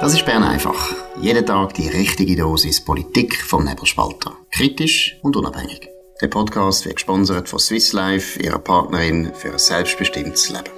Das ist Bern einfach. Jeden Tag die richtige Dosis Politik vom Nebelspalter. Kritisch und unabhängig. Der Podcast wird gesponsert von Swiss Life, ihrer Partnerin für ein selbstbestimmtes Leben.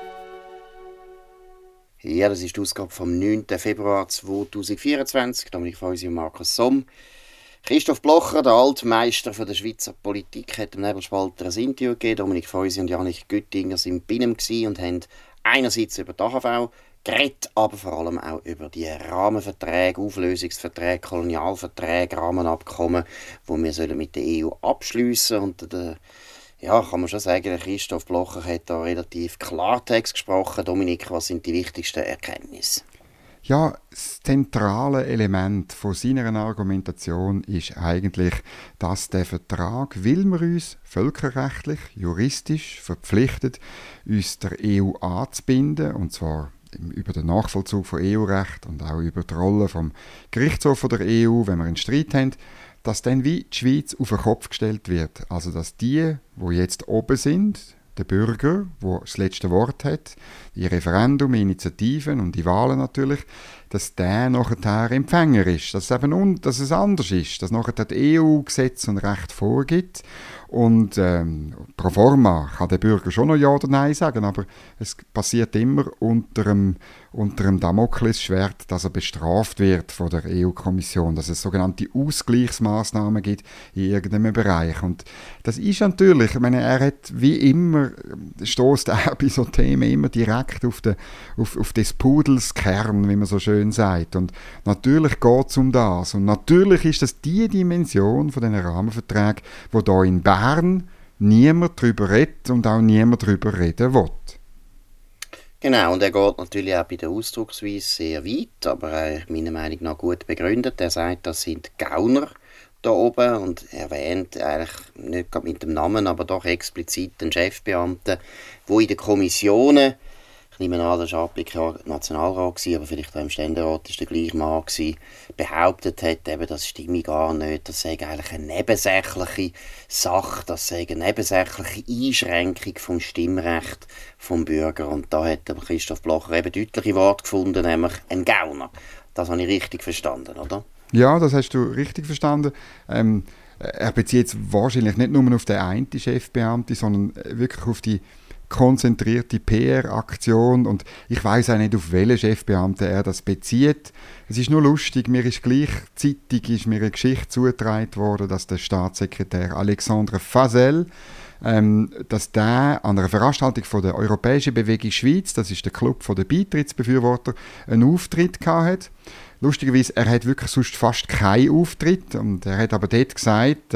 Ja, das ist die Ausgabe vom 9. Februar 2024. Dominik Feusi und Markus Somm. Christoph Blocher, der Altmeister der Schweizer Politik, hat dem Nebelspalter ein Interview gegeben. Dominik Feusi und Jannik Güttinger waren bei ihm und haben einerseits über die AHV geredet, aber vor allem auch über die Rahmenverträge, Auflösungsverträge, Kolonialverträge, Rahmenabkommen, die wir mit der EU abschliessen sollen. Und ja, kann man schon sagen, der Christoph Blocher hat da relativ Klartext gesprochen. Dominik, was sind die wichtigsten Erkenntnisse? Ja, das zentrale Element von seiner Argumentation ist eigentlich, dass der Vertrag, will man uns völkerrechtlich, juristisch verpflichtet, uns der EU anzubinden, und zwar über den Nachvollzug von EU-Recht und auch über die Rolle vom Gerichtshof der EU, wenn wir einen Streit haben, dass dann wie die Schweiz auf den Kopf gestellt wird. Also dass die jetzt oben sind, der Bürger, der das letzte Wort hat, die Referendum, Initiativen und die Wahlen natürlich, dass der nachher Empfänger ist, dass es anders ist, dass nachher die EU Gesetz und Recht vorgibt. Und pro forma kann der Bürger schon noch Ja oder Nein sagen, aber es passiert immer unter dem Damoklesschwert, dass er bestraft wird von der EU-Kommission, dass es sogenannte Ausgleichsmaßnahmen gibt in irgendeinem Bereich. Und das ist natürlich, ich meine, er hat wie immer, stößt er bei so Themen immer direkt auf des Pudels Kern, wie man so schön sagt. Und natürlich geht es um das. Und natürlich ist das die Dimension von diesen Rahmenverträgen, wo da in Bern niemand darüber redet und auch niemand darüber reden will. Genau, und er geht natürlich auch bei der Ausdrucksweise sehr weit, aber meiner Meinung nach gut begründet. Er sagt, das sind Gauner da oben und erwähnt eigentlich nicht gerade mit dem Namen, aber doch explizit den Chefbeamten, wo in den Kommissionen, ich nehme an, das war Abblick Nationalrat, aber vielleicht auch im Ständerat war der gleiche Mann, behauptet hat, eben, das stimme gar nicht, das sei eigentlich eine nebensächliche Sache, das sei eine nebensächliche Einschränkung vom Stimmrecht vom Bürger. Und da hat Christoph Blocher eben deutliche Worte gefunden, nämlich ein Gauner. Das habe ich richtig verstanden, oder? Ja, das hast du richtig verstanden. Er bezieht es wahrscheinlich nicht nur auf den einen Chefbeamten, sondern wirklich auf die konzentrierte PR-Aktion, und ich weiß auch nicht, auf welchen Chefbeamten er das bezieht. Es ist nur lustig, mir ist gleichzeitig eine Geschichte zugetragen worden, dass der Staatssekretär Alexandre Fasel, dass der an einer Veranstaltung von der Europäischen Bewegung Schweiz, das ist der Club der Beitrittsbefürworter, einen Auftritt hatte. Lustigerweise, er hat wirklich sonst fast keinen Auftritt, und er hat aber dort gesagt,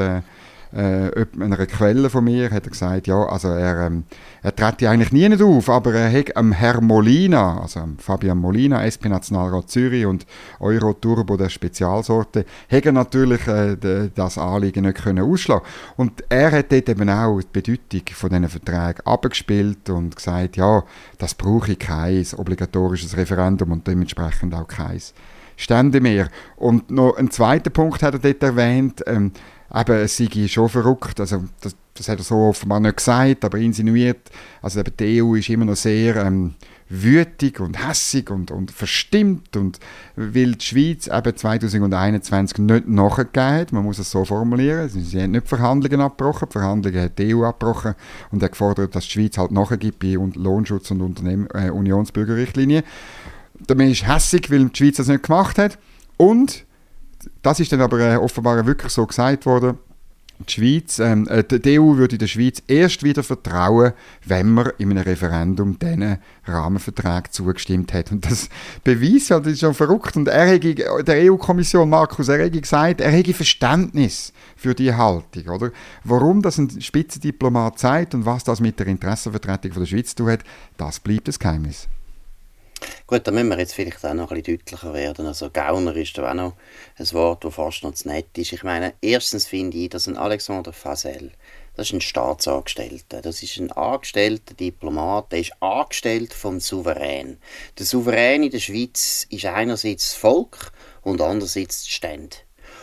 einer Quelle von mir hat er gesagt, ja, also er tritt ja eigentlich nie nicht auf, aber er hat Herrn Molina, also Fabian Molina, SP-Nationalrat Zürich und Euro-Turbo der Spezialsorte, hat er natürlich das Anliegen nicht können ausschlagen. Und er hat dort eben auch die Bedeutung von diesen Verträgen abgespielt und gesagt, ja, das brauche ich kein obligatorisches Referendum und dementsprechend auch kein Stände mehr. Und noch einen zweiten Punkt hat er dort erwähnt, eben, es sei schon verrückt, also das hat er so offenbar nicht gesagt, aber insinuiert, also eben die EU ist immer noch sehr wütig und hässig und verstimmt, und weil die Schweiz eben 2021 nicht nachgegeben hat, man muss es so formulieren, sie haben nicht die Verhandlungen abgebrochen, die Verhandlungen hat die EU abgebrochen und hat gefordert, dass die Schweiz halt nachgibt bei Lohnschutz- und Unionsbürgerrichtlinie. Damit ist hässig, weil die Schweiz das nicht gemacht hat, und das ist dann aber offenbar wirklich so gesagt worden, die EU würde der Schweiz erst wieder vertrauen, wenn man in einem Referendum diesen Rahmenvertrag zugestimmt hat. Und das beweist ja, das ist schon verrückt. Und der EU-Kommission, Markus, er hat gesagt, er hätte Verständnis für die Haltung. Oder? Warum das ein Spitzendiplomat sagt und was das mit der Interessenvertretung von der Schweiz zu tun hat, das bleibt ein Geheimnis. Gut, da müssen wir jetzt vielleicht auch noch ein bisschen deutlicher werden. Also Gauner ist da auch noch ein Wort, das fast noch zu nett ist. Ich meine, erstens finde ich, dass ein Alexandre Fasel, das ist ein Staatsangestellter, das ist ein angestellter Diplomat, der ist angestellt vom Souverän. Der Souverän in der Schweiz ist einerseits das Volk und andererseits die Stände.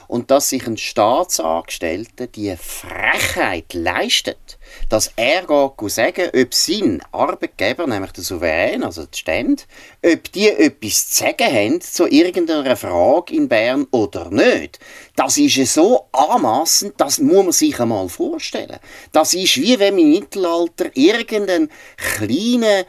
und dass sich ein Staatsangestellter die Frechheit leistet, dass er geht sagen, ob sein Arbeitgeber, nämlich der Souverän, also die Stände, ob die etwas zu sagen haben zu irgendeiner Frage in Bern oder nicht. Das ist ja so anmassend, das muss man sich einmal vorstellen. Das ist wie wenn im Mittelalter irgendein kleiner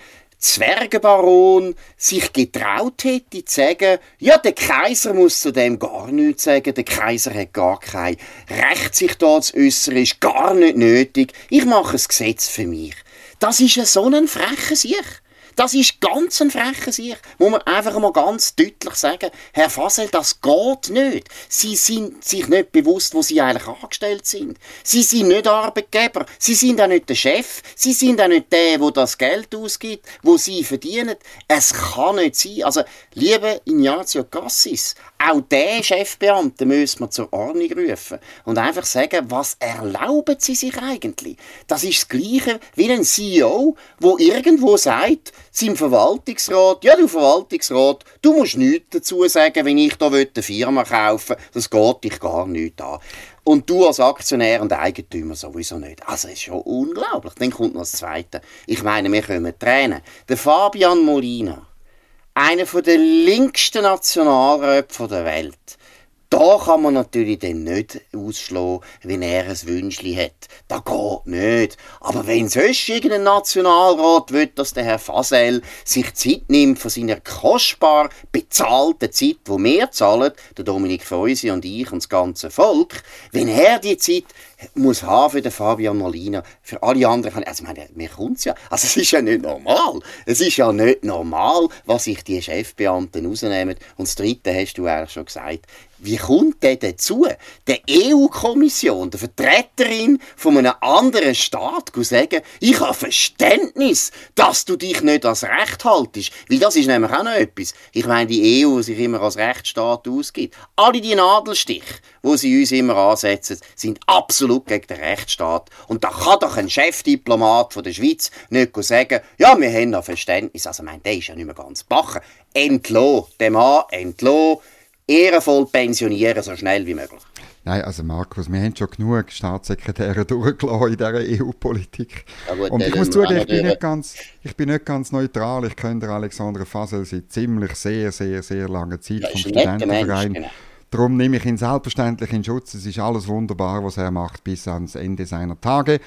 Zwergenbaron sich getraut hätte zu sagen, ja, der Kaiser muss zu dem gar nichts sagen, der Kaiser hat gar kein Recht, sich da zu äußern, ist gar nicht nötig, ich mache ein Gesetz für mich. Das ist ja so ein frecher Sieg. Das ist ganz ein frecher Sieg. Muss man einfach mal ganz deutlich sagen, Herr Fasel, das geht nicht. Sie sind sich nicht bewusst, wo sie eigentlich angestellt sind. Sie sind nicht Arbeitgeber. Sie sind auch nicht der Chef. Sie sind auch nicht der das Geld ausgibt, wo sie verdienen. Es kann nicht sein. Also, lieber Ignazio Cassis, auch den Chefbeamten müssen wir zur Ordnung rufen und einfach sagen, was erlauben sie sich eigentlich? Das ist das Gleiche wie ein CEO, der irgendwo sagt, seinem Verwaltungsrat, ja, du Verwaltungsrat, du musst nichts dazu sagen, wenn ich da eine Firma kaufen will, das geht dich gar nichts an. Und du als Aktionär und Eigentümer sowieso nicht. Also, das ist schon unglaublich. Dann kommt noch das Zweite. Ich meine, wir können tränen. Der Fabian Molina, einer der linksten Nationalräte der Welt. Da kann man natürlich dann nicht ausschlagen, wenn er ein Wünschli hat. Das geht nicht. Aber wenn sonst irgendein Nationalrat will, dass der Herr Fasel sich Zeit nimmt von seiner kostbar bezahlten Zeit, die wir zahlen, der Dominik Feusi und ich und das ganze Volk, wenn er die Zeit muss haben für den Fabian Molina, für alle anderen, also ich meine, mir kommt's ja, also es ist ja nicht normal. Es ist ja nicht normal, was sich die Chefbeamten rausnehmen. Und das Dritte hast du eigentlich schon gesagt. Wie kommt der dazu, der EU-Kommission, der Vertreterin von einem anderen Staat, zu sagen, ich habe Verständnis, dass du dich nicht als Recht haltest? Weil das ist nämlich auch noch etwas. Ich meine, die EU, die sich immer als Rechtsstaat ausgibt, alle die Nadelstiche, die sie uns immer ansetzen, sind absolut gegen den Rechtsstaat. Und da kann doch ein Chefdiplomat von der Schweiz nicht sagen, ja, wir haben noch Verständnis. Also, ich meine, der ist ja nicht mehr ganz bachen. Entlassen, den Mann entlassen, ehrenvoll pensionieren, so schnell wie möglich. Nein, also Markus, wir haben schon genug Staatssekretäre durchgelassen in dieser EU-Politik. Ja gut, und ich muss zugeben, ich bin nicht ganz neutral. Ich kenne Alexander Fasel seit ziemlich sehr langer Zeit vom Studentenverein. Genau. Darum nehme ich ihn selbstverständlich in Schutz. Es ist alles wunderbar, was er macht, bis ans Ende seiner Tage.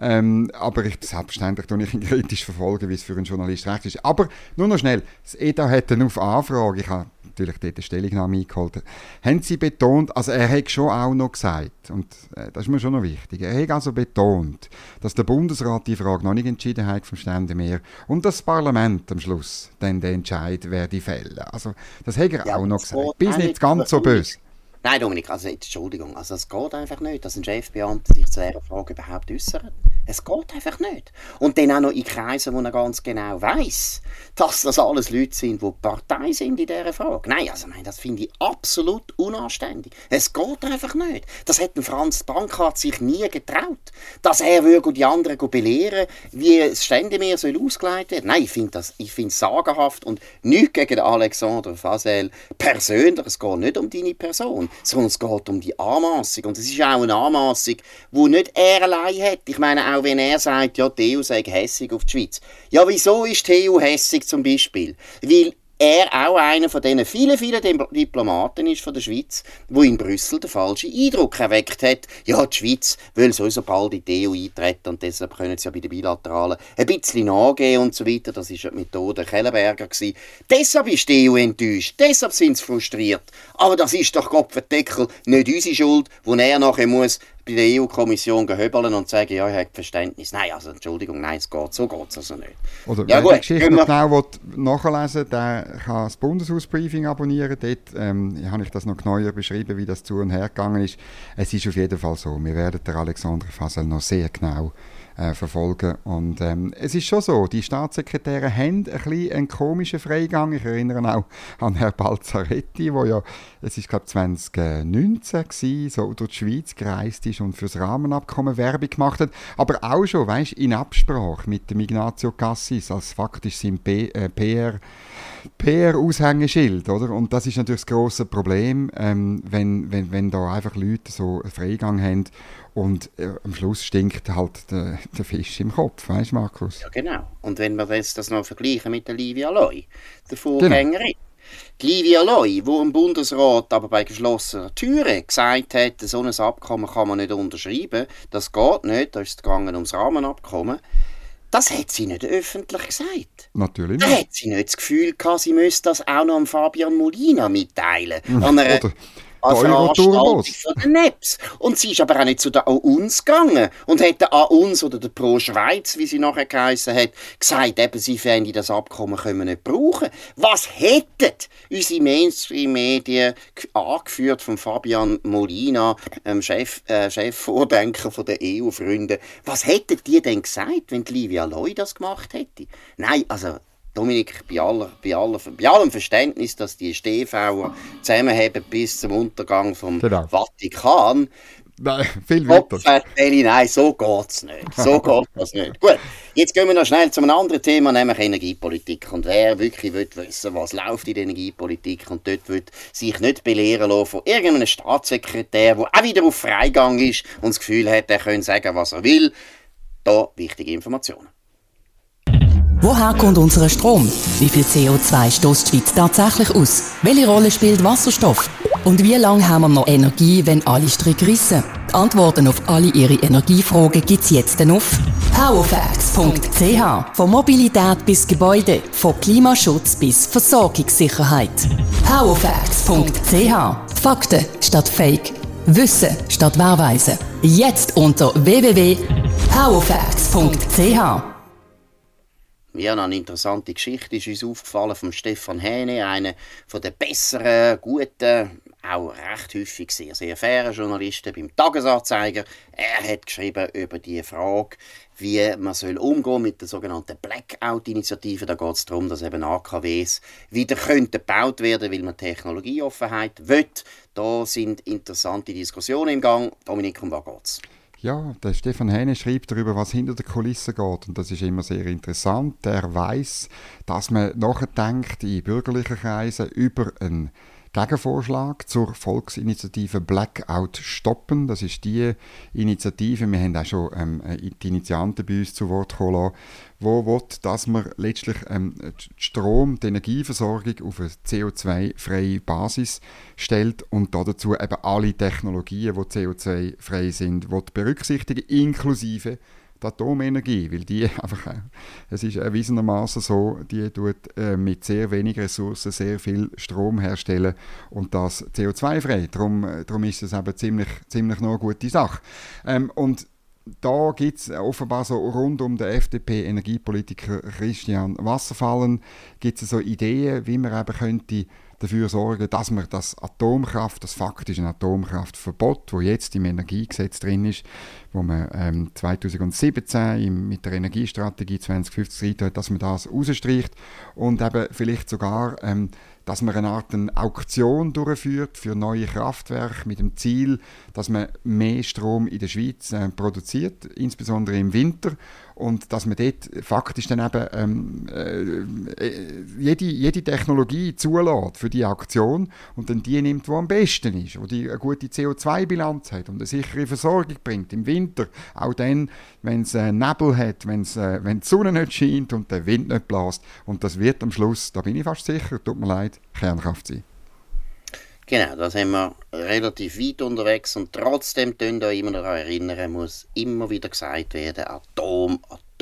Aber selbstverständlich tue ich ihn kritisch verfolgen, wie es für einen Journalist recht ist. Aber nur noch schnell, das EDA hat dann auf Anfrage, ich habe natürlich dort eine Stellungnahme eingeholt, haben sie betont, also er hat schon auch noch gesagt, und das ist mir schon noch wichtig, er hat also betont, dass der Bundesrat die Frage noch nicht entschieden hat vom Ständemeer und das Parlament am Schluss dann den Entscheid werde fällen. Also das hat er auch noch gesagt. Bis nicht ganz so böse. Nein, Dominik, also Entschuldigung, also es geht einfach nicht, dass ein Chefbeamter sich zu dieser Frage überhaupt äußert. Es geht einfach nicht. Und dann auch noch in Kreisen, wo er ganz genau weiss, dass das alles Leute sind, die Partei sind in dieser Frage. Nein, also nein, das finde ich absolut unanständig. Es geht einfach nicht. Das hat Franz Bankart sich nie getraut. Dass er würde die anderen belehren, wie das Ständemeer soll ausgelegt werden. Nein, ich finde es sagenhaft und nichts gegen Alexander Fasel persönlich. Es geht nicht um deine Person, sondern es geht um die Anmassung. Und es ist auch eine Anmassung, die nicht er allein hat. Ich meine, auch wenn er sagt, ja, die EU sei hässig auf die Schweiz. Ja, wieso ist die EU hässig zum Beispiel? Weil er auch einer von diesen vielen Diplomaten ist von der Schweiz, wo in Brüssel den falschen Eindruck erweckt hat. Ja, die Schweiz will sowieso bald in die EU eintreten und deshalb können sie ja bei den Bilateralen ein bisschen nachgehen und so weiter. Das war ja die Methode Kellenberger gewesen. Deshalb ist die EU enttäuscht, deshalb sind sie frustriert. Aber das ist doch Kopfendeckel nicht unsere Schuld, wo er nachher muss bei der EU-Kommission gehöbeln und sagen, ja, ich habe Verständnis. Nein, also Entschuldigung, nein, so geht es also nicht. Oder ja, wer die Geschichte noch genau nachlesen will, der kann das Bundeshausbriefing abonnieren. Dort habe ich das noch genauer beschrieben, wie das zu und her gegangen ist. Es ist auf jeden Fall so, wir werden den Alexander Fasel noch sehr genau verfolgen. Und es ist schon so, die Staatssekretäre haben ein bisschen einen komischen Freigang. Ich erinnere auch an Herrn Balzaretti, der ja, es ist glaube 2019 gewesen, so durch die Schweiz gereist ist und für das Rahmenabkommen Werbung gemacht hat. Aber auch schon, weißt, in Absprache mit dem Ignazio Cassis als faktisch sein PR PR-Aushängeschild, oder? Und das ist natürlich das grosse Problem, wenn da einfach Leute so einen Freigang haben und am Schluss stinkt halt der Fisch im Kopf, weißt du, Markus? Ja, genau. Und wenn wir das noch vergleichen mit der Livia Loy, der Genau. Vorgängerin. Die Livia Loy, wo im Bundesrat aber bei geschlossenen Türen gesagt hat, so ein Abkommen kann man nicht unterschreiben, das geht nicht, da ist es gegangen ums Rahmenabkommen, das hat sie nicht öffentlich gesagt. Natürlich Da nicht. hat sie nicht das Gefühl gehabt, sie müsste das auch noch an Fabian Molina mitteilen. An einer Oder an der Veranstaltung Euroturbos. von den NEPS. Und sie ist aber auch nicht zu der A-UNS gegangen und hat der A-UNS oder der Pro Schweiz, wie sie nachher geheissen hat, gesagt, eben, sie fände das Abkommen können wir nicht brauchen. Was hätten unsere Mainstream-Medien, angeführt von Fabian Molina, Chefvordenker von der EU-Freunde, was hätten die denn gesagt, wenn die Livia Loy das gemacht hätte? Nein, also Dominik, bei allem Verständnis, dass die StVer zusammenhaben bis zum Untergang vom Genau. Vatikan. Nein, viel weiter. Nein, so geht's nicht. So geht das nicht. Gut, jetzt gehen wir noch schnell zu einem anderen Thema, nämlich Energiepolitik. Und wer wirklich will wissen, was läuft in der Energiepolitik und dort will sich nicht belehren lassen von irgendeinem Staatssekretär, der auch wieder auf Freigang ist und das Gefühl hat, er könne sagen, was er will, da wichtige Informationen. Woher kommt unser Strom? Wie viel CO2 stößt die Schweiz tatsächlich aus? Welche Rolle spielt Wasserstoff? Und wie lange haben wir noch Energie, wenn alle Stricke rissen? Die Antworten auf alle Ihre Energiefragen gibt's jetzt auf powerfacts.ch. Von Mobilität bis Gebäude, von Klimaschutz bis Versorgungssicherheit. powerfacts.ch. Fakten statt Fake. Wissen statt Wahrweise. Jetzt unter www.powerfacts.ch. Ja, noch eine interessante Geschichte ist uns aufgefallen von Stefan Hähne, einer von den besseren, guten, auch recht häufig sehr, sehr fairen Journalisten beim Tagesanzeiger. Er hat geschrieben über die Frage, wie man soll umgehen mit der sogenannten Blackout-Initiative. Da geht es darum, dass eben AKWs wieder gebaut werden, weil man Technologieoffenheit will. Da sind interessante Diskussionen im Gang. Dominik, um was geht's? Ja, der Stefan Hähne schreibt darüber, was hinter der Kulisse geht. Und das ist immer sehr interessant. Er weiß, dass man nachdenkt in bürgerlichen Kreisen über einen Gegenvorschlag zur Volksinitiative Blackout stoppen. Das ist die Initiative, wir haben auch schon die Initianten bei uns zu Wort kommen lassen, wo will, dass man letztlich die Energieversorgung auf eine CO2-freie Basis stellt und dazu eben alle Technologien, die CO2-frei sind, berücksichtigen, inklusive die Atomenergie, weil die einfach, es ist erwiesenermaßen so, die tut mit sehr wenig Ressourcen sehr viel Strom herstellen und das CO2-frei. Darum ist es eben ziemlich noch eine gute Sache. Und da gibt es offenbar so rund um den FDP-Energiepolitiker Christian Wasserfallen gibt es so Ideen, wie man eben könnte dafür sorgen, dass man das faktische Atomkraftverbot, das jetzt im Energiegesetz drin ist, wo man 2017 mit der Energiestrategie 2050 hat, dass man das rausstreicht und eben vielleicht sogar, dass man eine Art Auktion durchführt für neue Kraftwerke mit dem Ziel, dass man mehr Strom in der Schweiz produziert, insbesondere im Winter, und dass man dort faktisch dann eben jede Technologie zulässt für die Auktion und dann die nimmt, die am besten ist, wo die eine gute CO2-Bilanz hat und eine sichere Versorgung bringt im Winter, auch dann, wenn es Nebel hat, wenn die Sonne nicht scheint und der Wind nicht bläst. Und das wird am Schluss, da bin ich fast sicher, tut mir leid, Kernkraft sein. Genau, da sind wir relativ weit unterwegs und trotzdem da immer daran erinnern, muss immer wieder gesagt werden, Atom.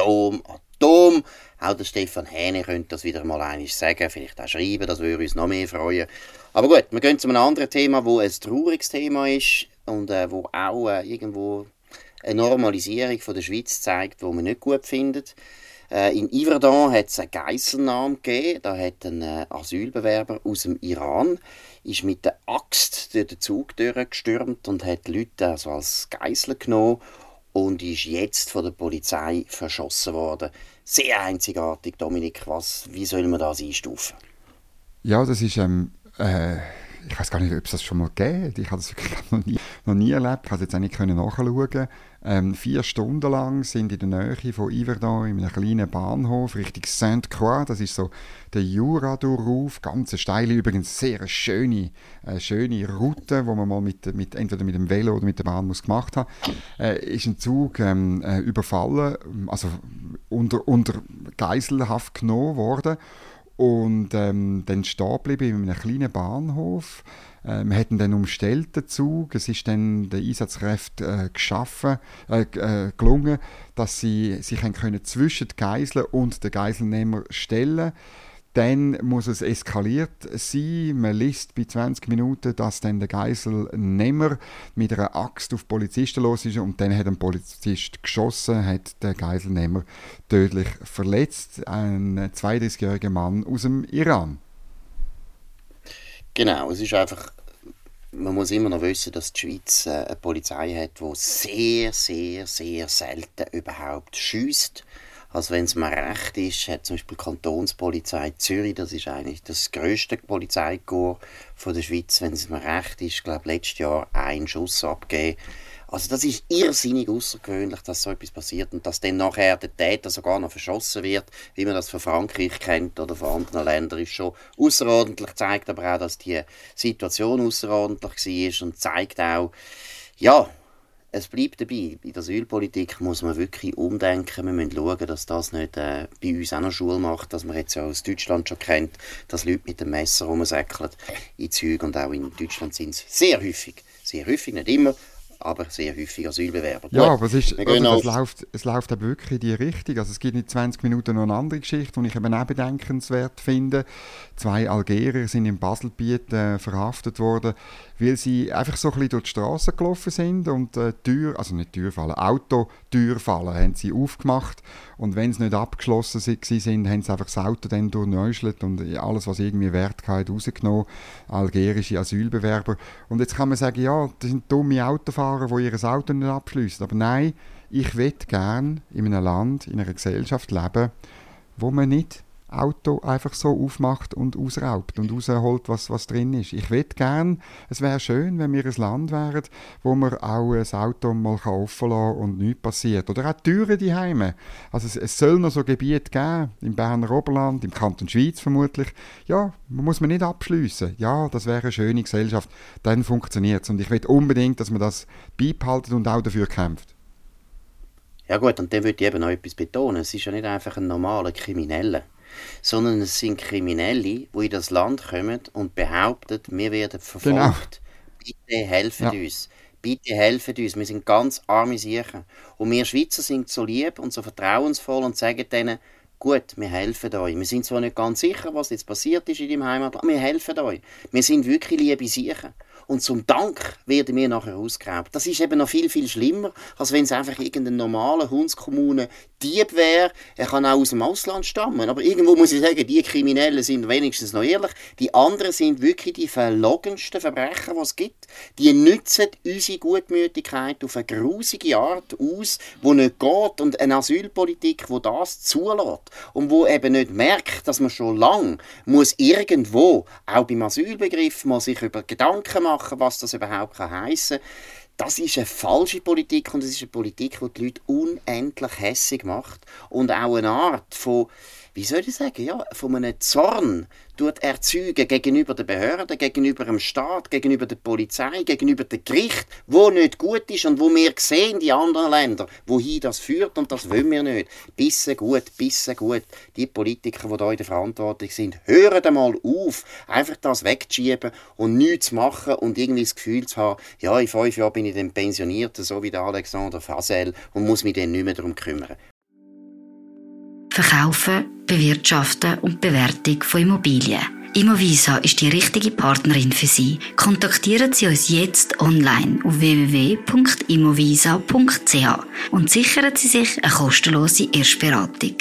Auch der Stefan Hähne könnte das wieder mal einmal sagen, vielleicht auch schreiben, das würde uns noch mehr freuen. Aber gut, wir gehen zu einem anderen Thema, wo ein trauriges Thema ist und wo auch irgendwo eine Normalisierung von der Schweiz zeigt, die man nicht gut findet. In Yverdon hat es eine Geisselnahme gegeben. Da hat ein Asylbewerber aus dem Iran ist mit der Axt durch den Zug durchgestürmt und hat Leute also als Geisel genommen und ist jetzt von der Polizei verschossen worden. Sehr einzigartig, Dominik. Wie soll man das einstufen? Ja, das ist ich weiß gar nicht, ob es das schon mal gegeben hat. Ich habe das wirklich noch nie erlebt. Ich konnte es jetzt auch nicht nachschauen. 4 Stunden lang sind in der Nähe von Yverdon in einem kleinen Bahnhof Richtung Sainte-Croix. Das ist so der Jura-Durchrauf, ganz eine steile, übrigens sehr schöne Route, wo man mal entweder mit dem Velo oder mit der Bahn muss gemacht haben. Ist ein Zug überfallen, also unter Geiselhaft genommen worden und dann stehen geblieben in einem kleinen Bahnhof. Wir hatten dann umstellt den Zug. Es ist dann den Einsatzkräften gelungen, dass sie sich zwischen die Geiseln und den Geiselnehmer stellen. Dann muss es eskaliert sein. Man liest bei 20 Minuten, dass dann der Geiselnehmer mit einer Axt auf Polizisten los ist und dann hat ein Polizist geschossen, hat den Geiselnehmer tödlich verletzt. Ein 32-jähriger Mann aus dem Iran. Genau, es ist einfach, man muss immer noch wissen, dass die Schweiz eine Polizei hat, die sehr, sehr, sehr selten überhaupt schiesst. Also wenn es mal recht ist, hat zum Beispiel die Kantonspolizei Zürich, das ist eigentlich das grösste Polizeikorps von der Schweiz, wenn es mal recht ist, glaube letztes Jahr einen Schuss abgegeben. Also das ist irrsinnig außergewöhnlich, dass so etwas passiert und dass dann nachher der Täter sogar noch verschossen wird, wie man das von Frankreich kennt oder von anderen Ländern, ist schon außerordentlich, zeigt aber auch, dass die Situation außerordentlich war und zeigt auch, ja, es bleibt dabei. Bei der Asylpolitik muss man wirklich umdenken. Wir müssen schauen, dass das nicht bei uns auch noch Schule macht, dass man jetzt ja aus Deutschland schon kennt, dass Leute mit dem Messer rumsäckeln in Zügen und auch in Deutschland sind es sehr häufig, nicht immer, aber sehr häufig Asylbewerber. Ja, aber es läuft auch wirklich in die Richtung. Also es gibt in 20 Minuten noch eine andere Geschichte, die ich eben auch bedenkenswert finde. 2 Algerier sind im Baselbiet verhaftet worden, weil sie einfach so ein bisschen durch die Straße gelaufen sind und Autotürfallen haben sie aufgemacht und wenn sie nicht abgeschlossen waren, haben sie einfach das Auto dann durchnäuschelt und alles, was irgendwie Wert hatte, rausgenommen. Algerische Asylbewerber. Und jetzt kann man sagen, ja, das sind dumme Autofahrer, die ihr Auto nicht abschliessen. Aber nein, ich möchte gerne in einem Land, in einer Gesellschaft leben, wo man nicht Auto einfach so aufmacht und ausraubt und rausholt, was drin ist. Ich möchte gerne, es wäre schön, wenn wir ein Land wären, wo man auch ein Auto mal offen lassen kann und nichts passiert. Oder auch die Türen daheim. Also es soll noch so Gebiete geben, im Berner Oberland, im Kanton Schweiz vermutlich. Ja, muss man nicht abschliessen. Ja, das wäre eine schöne Gesellschaft. Dann funktioniert es. Und ich will unbedingt, dass man das beibehalten und auch dafür kämpft. Ja gut, und dann würde ich eben noch etwas betonen. Es ist ja nicht einfach ein normaler Krimineller, sondern es sind Kriminelle, die in das Land kommen und behaupten, wir werden verfolgt. Genau. Bitte helfen uns. Bitte helfen uns. Wir sind ganz arme Siechen. Und wir Schweizer sind so lieb und so vertrauensvoll und sagen denen, gut, wir helfen euch. Wir sind zwar nicht ganz sicher, was jetzt passiert ist in deinem Heimatland, aber wir helfen euch. Wir sind wirklich liebe Siechen. Und zum Dank werden wir nachher ausgeraubt. Das ist eben noch viel, viel schlimmer, als wenn es einfach irgendein normaler Hundskommune Dieb wäre. Er kann auch aus dem Ausland stammen. Aber irgendwo muss ich sagen, die Kriminellen sind wenigstens noch ehrlich. Die anderen sind wirklich die verlogensten Verbrecher, die es gibt. Die nützen unsere Gutmütigkeit auf eine grusige Art aus, die nicht geht. Und eine Asylpolitik, die das zulässt und die eben nicht merkt, dass man schon lange muss irgendwo, auch beim Asylbegriff, mal sich über Gedanken machen, was das überhaupt heissen kann. Das ist eine falsche Politik und es ist eine Politik, die die Leute unendlich hässig macht und auch eine Art von, wie soll ich sagen, ja, von einem Zorn erzeugen gegenüber den Behörden, gegenüber dem Staat, gegenüber der Polizei, gegenüber dem Gericht, wo nicht gut ist und wo wir sehen, die anderen Länder, wohin das führt und das wollen wir nicht. Bissen gut. Die Politiker, die hier in der Verantwortung sind, hören einmal auf, einfach das wegzuschieben und nichts zu machen und irgendwie das Gefühl zu haben, ja, in 5 Jahren bin ich dann pensioniert, so wie der Alexander Fasel und muss mich dann nicht mehr darum kümmern. Verkaufen, Bewirtschaften und Bewertung von Immobilien. Immovisa ist die richtige Partnerin für Sie. Kontaktieren Sie uns jetzt online auf www.immovisa.ch und sichern Sie sich eine kostenlose Erstberatung.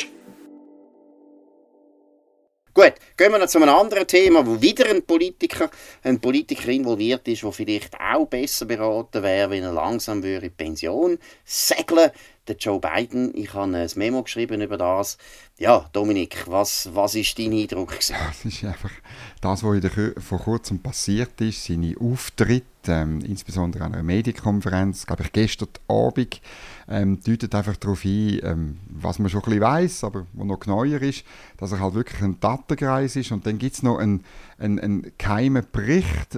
Gut, gehen wir noch zu einem anderen Thema, wo wieder ein Politiker involviert ist, der vielleicht auch besser beraten wäre, wenn er langsam in die Pension segeln. Der Joe Biden, ich habe ein Memo geschrieben über das. Ja, Dominik, was ist dein Eindruck gewesen? Ja, das ist einfach das, was vor kurzem passiert ist, seine Auftritte insbesondere an einer Medienkonferenz, glaube ich, gestern Abend, deutet einfach darauf ein, was man schon ein bisschen weiss, aber was noch genauer ist, dass er halt wirklich ein Dattenkreis ist. Und dann gibt es noch einen geheimen Bericht,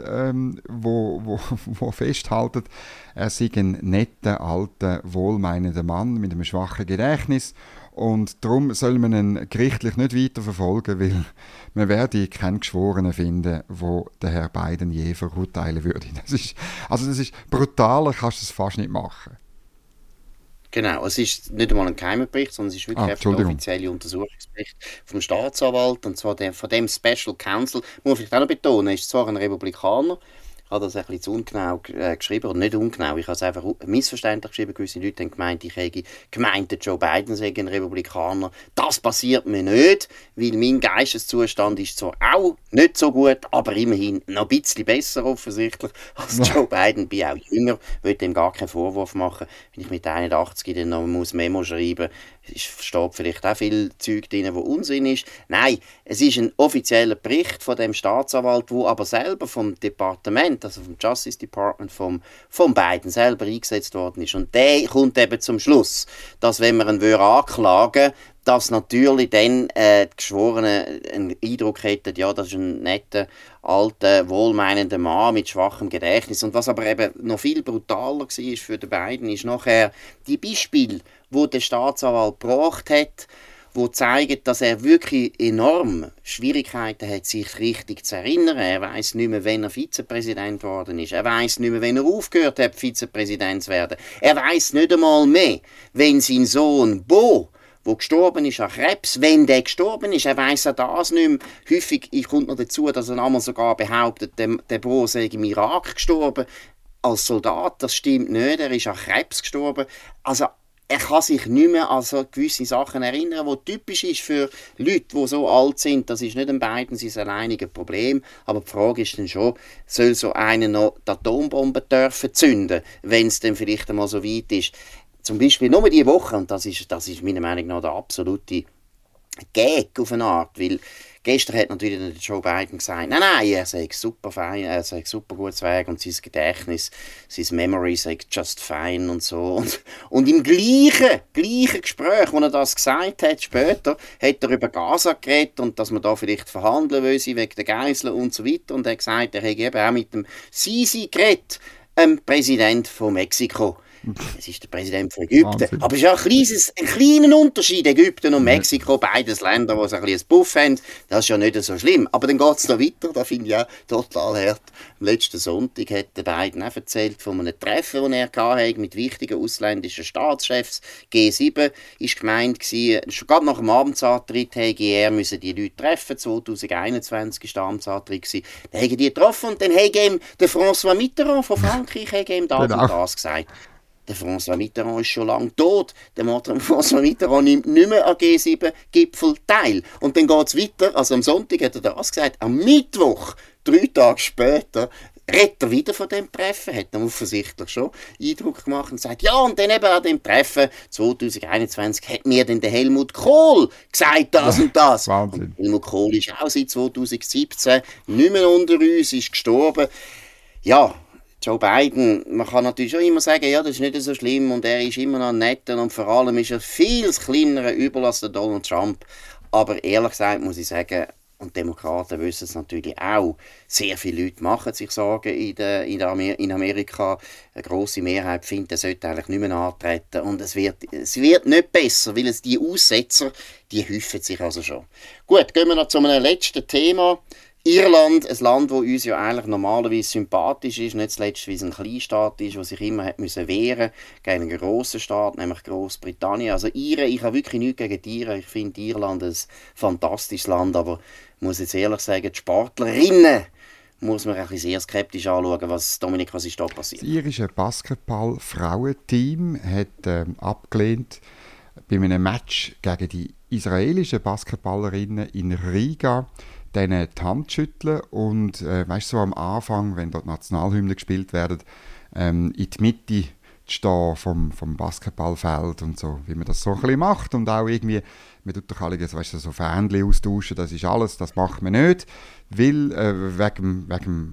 wo festhält, er sei ein netter, alter, wohlmeinender Mann mit einem schwachen Gedächtnis. Und darum soll man ihn gerichtlich nicht weiter verfolgen, weil man werde keinen Geschworenen finden, wo der Herr Biden je verurteilen würde. Das ist brutaler kannst du es fast nicht machen. Genau, es ist nicht einmal ein geheimer Bericht, sondern es ist wirklich einfach der offizielle Untersuchungsbericht vom Staatsanwalt, und zwar von dem Special Counsel. Muss man vielleicht auch noch betonen, ist zwar ein Republikaner, ich habe das ein bisschen zu ungenau geschrieben, oder nicht ungenau, ich habe es einfach missverständlich geschrieben. Gewisse Leute haben gemeint, ich hätte gemeint, Joe Biden sei ein Republikaner. Das passiert mir nicht, weil mein Geisteszustand ist zwar auch nicht so gut, aber immerhin noch ein bisschen besser offensichtlich als Joe Biden. Bin auch jünger, will dem gar keinen Vorwurf machen. Wenn ich mit 81 dann noch Memo schreiben muss, steht vielleicht auch viel Zeug drin, wo Unsinn ist. Nein, es ist ein offizieller Bericht von dem Staatsanwalt, wo aber selber vom Departement, also vom Justice Department, vom Biden selber eingesetzt worden ist. Und der kommt eben zum Schluss, dass wenn man ihn anklagen würde, dass natürlich dann die Geschworenen einen Eindruck hätten, ja, das ist ein netter, alter, wohlmeinender Mann mit schwachem Gedächtnis. Und was aber eben noch viel brutaler war für den Biden, ist nachher die Beispiele, die der Staatsanwalt gebracht hat, die zeigen, dass er wirklich enorm Schwierigkeiten hat, sich richtig zu erinnern. Er weiss nicht mehr, wann er Vizepräsident geworden ist. Er weiss nicht mehr, wann er aufgehört hat, Vizepräsident zu werden. Er weiss nicht einmal mehr, wenn sein Sohn Bo, der gestorben ist an Krebs, wenn der gestorben ist, er weiss auch das nicht mehr. Häufig kommt noch dazu, dass er einmal sogar behauptet, der Bo sei im Irak gestorben als Soldat. Das stimmt nicht, er ist an Krebs gestorben. Also er kann sich nicht mehr an so gewisse Sachen erinnern, die typisch ist für Leute, die so alt sind. Das ist nicht ein Biden sein alleiniges Problem. Aber die Frage ist dann schon, soll so einer noch die Atombombe dürfen zünden, wenn es dann vielleicht einmal so weit ist. Zum Beispiel nur diese Woche, und das ist meiner Meinung nach der absolute Gag auf eine Art, weil gestern hat natürlich der Joe Biden gesagt, nein, er sei super fein, er sei super gut zu Weg und sein Gedächtnis, sein Memory sei just fine und so. Und im gleichen Gespräch, wo er das gesagt hat, später, hat er über Gaza geredet und dass man da vielleicht verhandeln will, wegen der Geiseln und so weiter. Und er hat gesagt, er hätte eben auch mit dem Sisi geredet, Präsident von Mexiko. Es ist der Präsident von Ägypten. Wahnsinn. Aber es ist ja ein kleiner Unterschied, Ägypten und Mexiko, beides Länder, die so ein Buff haben. Das ist ja nicht so schlimm. Aber dann geht es noch weiter, da finde ich auch total hart. Am letzten Sonntag hat der Biden auch erzählt von einem Treffen, das er hatte mit wichtigen ausländischen Staatschefs. G7 war gemeint gewesen. Schon gerade nach dem Amtsantritt hätte er die Leute treffen. 2021 war der Amtsantritt gewesen. Dann haben die getroffen und dann hat ihm der François Mitterrand von Frankreich ihm das und das gesagt. Der François Mitterrand ist schon lange tot. Der François Mitterrand nimmt nicht mehr an G7-Gipfel teil. Und dann geht es weiter. Also am Sonntag hat er das gesagt. Am Mittwoch, 3 Tage später, redet er wieder von dem Treffen. Hat dann offensichtlich schon Eindruck gemacht und sagt, ja, und dann eben an dem Treffen 2021 hat mir dann der Helmut Kohl gesagt, das und das. Wahnsinn. Und Helmut Kohl ist auch seit 2017 nicht mehr unter uns, ist gestorben. Ja, Joe Biden, man kann natürlich schon immer sagen, ja, das ist nicht so schlimm und er ist immer noch nett und vor allem ist er viel kleinerer Übel als der Donald Trump. Aber ehrlich gesagt muss ich sagen, und Demokraten wissen es natürlich auch, sehr viele Leute machen sich Sorgen in Amerika. Eine grosse Mehrheit findet, er sollte eigentlich nicht mehr antreten. Und es wird nicht besser, weil die Aussetzer, die häufen sich also schon. Gut, gehen wir noch zu einem letzten Thema. Irland, ein Land, das uns ja eigentlich normalerweise sympathisch ist, nicht zuletzt, weil es ein Kleinstaat ist, der sich immer hat müssen wehren gegen einen grossen Staat, nämlich Großbritannien. Also Iren, ich habe wirklich nichts gegen die Iren. Ich finde Irland ein fantastisches Land, aber ich muss jetzt ehrlich sagen, die Sportlerinnen muss man ein bisschen sehr skeptisch anschauen, was ist da passiert. Das irische Basketball-Frauenteam hat abgelehnt bei einem Match gegen die israelischen Basketballerinnen in Riga denen die Hand schütteln und weißt, so am Anfang, wenn dort Nationalhymnen gespielt werden, in die Mitte zu stehen vom Basketballfeld und so, wie man das so ein bisschen macht und auch irgendwie, man tut doch alle so Fähnchen austauschen, das ist alles, das macht man nicht, weil wegen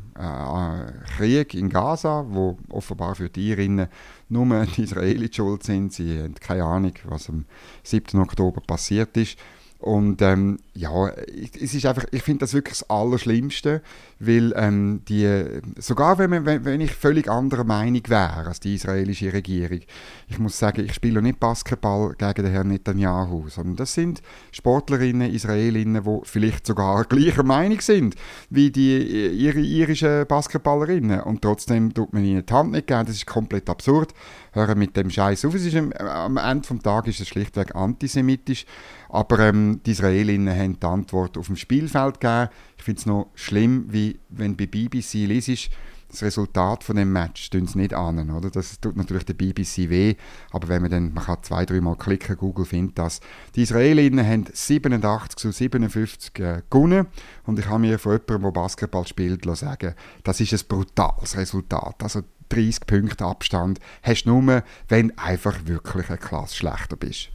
Krieg in Gaza, wo offenbar für die Irinnen nur die Israelis schuld sind, sie haben keine Ahnung, was am 7. Oktober passiert ist. Und es ist einfach, ich finde das wirklich das Allerschlimmste, weil sogar wenn ich völlig anderer Meinung wäre als die israelische Regierung, ich muss sagen, ich spiele nicht Basketball gegen den Herrn Netanyahu, sondern das sind Sportlerinnen, Israelinnen, die vielleicht sogar gleicher Meinung sind wie die irischen Basketballerinnen und trotzdem tut man ihnen die Hand nicht geben, das ist komplett absurd. Hören mit dem Scheiß auf. Es ist am Ende des Tages ist es schlichtweg antisemitisch, aber die Israelinnen haben die Antwort auf dem Spielfeld gegeben. Ich finde es noch schlimm, wie wenn bei BBC liest, das Resultat von dem Match tun sie nicht an, oder? Das tut natürlich der BBC weh, aber wenn man kann 2-3 Mal klicken, Google findet das. Die Israelinnen haben 87-57 gewonnen und ich habe mir von jemandem, der Basketball spielt, sagen, das ist ein brutales Resultat. Also 30 Punkte Abstand hast du nur, wenn du einfach wirklich eine Klasse schlechter bist.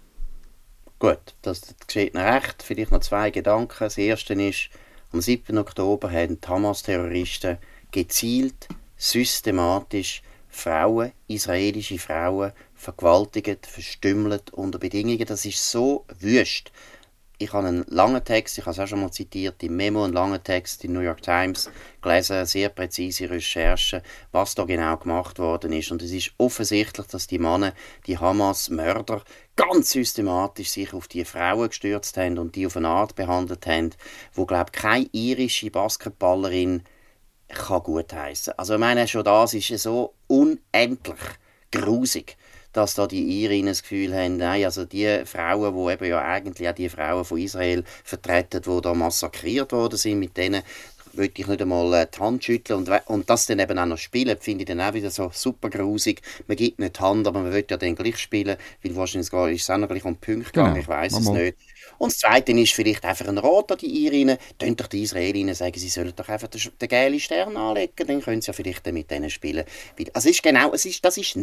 Gut, das geschieht noch recht. Vielleicht noch 2 Gedanken. Das erste ist, am 7. Oktober haben die Hamas-Terroristen gezielt, systematisch Frauen, israelische Frauen, vergewaltigt, verstümmelt unter Bedingungen. Das ist so wüst. Ich habe einen langen Text, ich habe es auch schon mal zitiert, im Memo, einen langen Text in New York Times gelesen, sehr präzise Recherchen, was da genau gemacht worden ist. Und es ist offensichtlich, dass die Männer, die Hamas-Mörder, ganz systematisch sich auf die Frauen gestürzt haben und die auf eine Art behandelt haben, wo, glaube ich, keine irische Basketballerin kann gutheissen. Also ich meine, schon das ist so unendlich grusig, dass da die Irinnen das Gefühl haben, nein, also die Frauen, die eben ja eigentlich auch die Frauen von Israel vertreten, die da massakriert worden sind, mit denen würde ich nicht einmal die Hand schütteln und das dann eben auch noch spielen, finde ich dann auch wieder so super grusig. Man gibt nicht die Hand, aber man will ja dann gleich spielen, weil wahrscheinlich ist es auch noch gleich um die Punkte gegangen, ich weiss es nicht. Und das Zweite ist vielleicht einfach ein Rat an die Irinnen, dann doch die Israelinnen sagen, sie sollen doch einfach den gelben Stern anlegen, dann können sie ja vielleicht mit denen spielen. Also das ist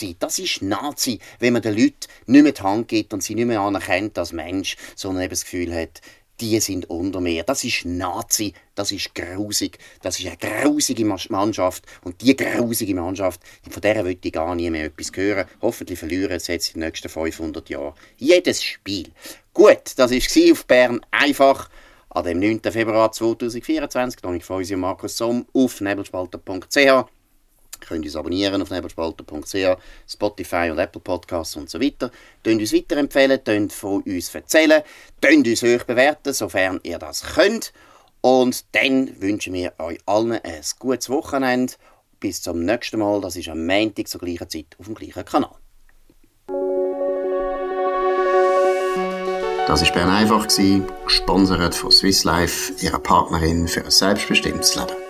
Nazi, wenn man den Leuten nicht mehr die Hand gibt und sie nicht mehr anerkennt als Mensch, sondern eben das Gefühl hat, die sind unter mir. Das ist Nazi, das ist grusig, das ist eine grusige Mannschaft und die grusige Mannschaft, von der will ich gar nie mehr etwas hören. Hoffentlich verlieren sie jetzt in den nächsten 500 Jahren jedes Spiel. Gut, das war auf Bern einfach an dem 9. Februar 2024. Ich freue mich Markus Somm auf nebelspalter.ch. Ihr könnt uns abonnieren auf nebelspalter.ch, Spotify und Apple Podcasts und so weiter. Könnt uns weiterempfehlen, könnt von uns erzählen, könnt uns hoch bewerten, sofern ihr das könnt. Und dann wünschen wir euch allen ein gutes Wochenende. Bis zum nächsten Mal, das ist am Montag zur gleichen Zeit auf dem gleichen Kanal. Das war Bern einfach, gesponsert von Swiss Life, ihrer Partnerin für ein selbstbestimmtes Leben.